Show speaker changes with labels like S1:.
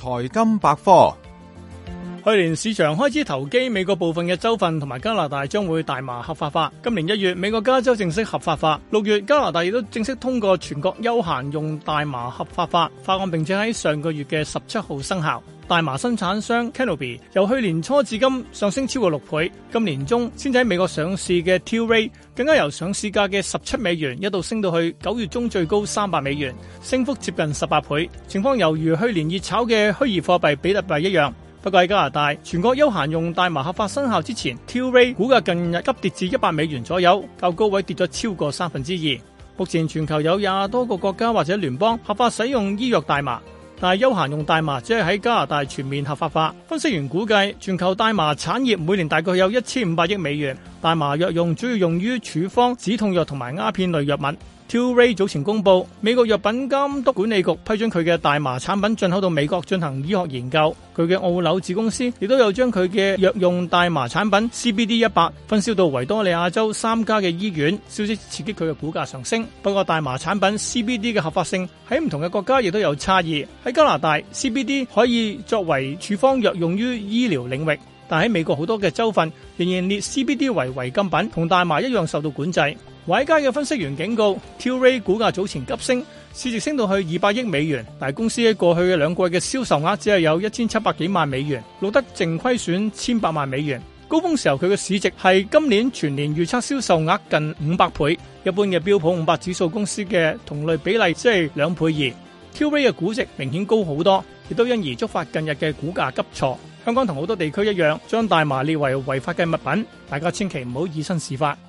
S1: 財金百科。
S2: 去年市場開始投機，美國部分嘅州份同埋加拿大將會大麻合法化。今年1月，美國加州正式合法化；6月，加拿大亦都正式通過全國休閒用大麻合法化法案，並且喺上個月嘅17號生效。大麻生產商 Canopy 由去年初至今上升超過6倍，今年中先喺美國上市嘅 Tilray 更加由上市價嘅17美元一度升到去9月中最高300美元，升幅接近18倍。情況猶如去年熱炒嘅虛擬貨幣比特幣一樣。不過喺加拿大，全國休閒用大麻合法生效之前 ，Tilray 股價近日急跌至100美元左右，較高位跌咗超過2%。目前全球有20多個國家或者聯邦合法使用醫藥大麻，但係休閒用大麻只係喺加拿大全面合法化。分析員估計，全球大麻產業每年大概有1500億美元。大麻藥用主要用於處方、止痛藥同埋鴉片類藥物。Tilray 早前公布，美國藥品監督管理局批准佢嘅大麻產品進口到美國進行醫學研究。佢嘅澳紐子公司亦都有將佢嘅藥用大麻產品 CBD100 分銷到維多利亞州3家嘅醫院，消息刺激佢嘅股價上升。不過大麻產品 CBD 嘅合法性喺唔同嘅國家亦都有差異。喺加拿大 CBD 可以作為處方藥用於醫療領域，但喺美國好多嘅州份仍然列 CBD 為違禁品，同大麻一樣受到管制。華爾街嘅分析員警告 ，Tilray 股價早前急升，市值升到去200億美元，但係公司喺過去嘅2季嘅銷售額只係有1700幾萬美元，錄得淨虧損100萬美元。高峰時候佢嘅市值係今年全年預測銷售額近500倍，一般嘅標普500指數公司嘅同類比例即係2倍2。Tilray 嘅估值明顯高好多，亦都因而觸發近日嘅股價急挫。香港同好多地區一樣，將大麻列為違法嘅物品，大家千祈唔好以身試法。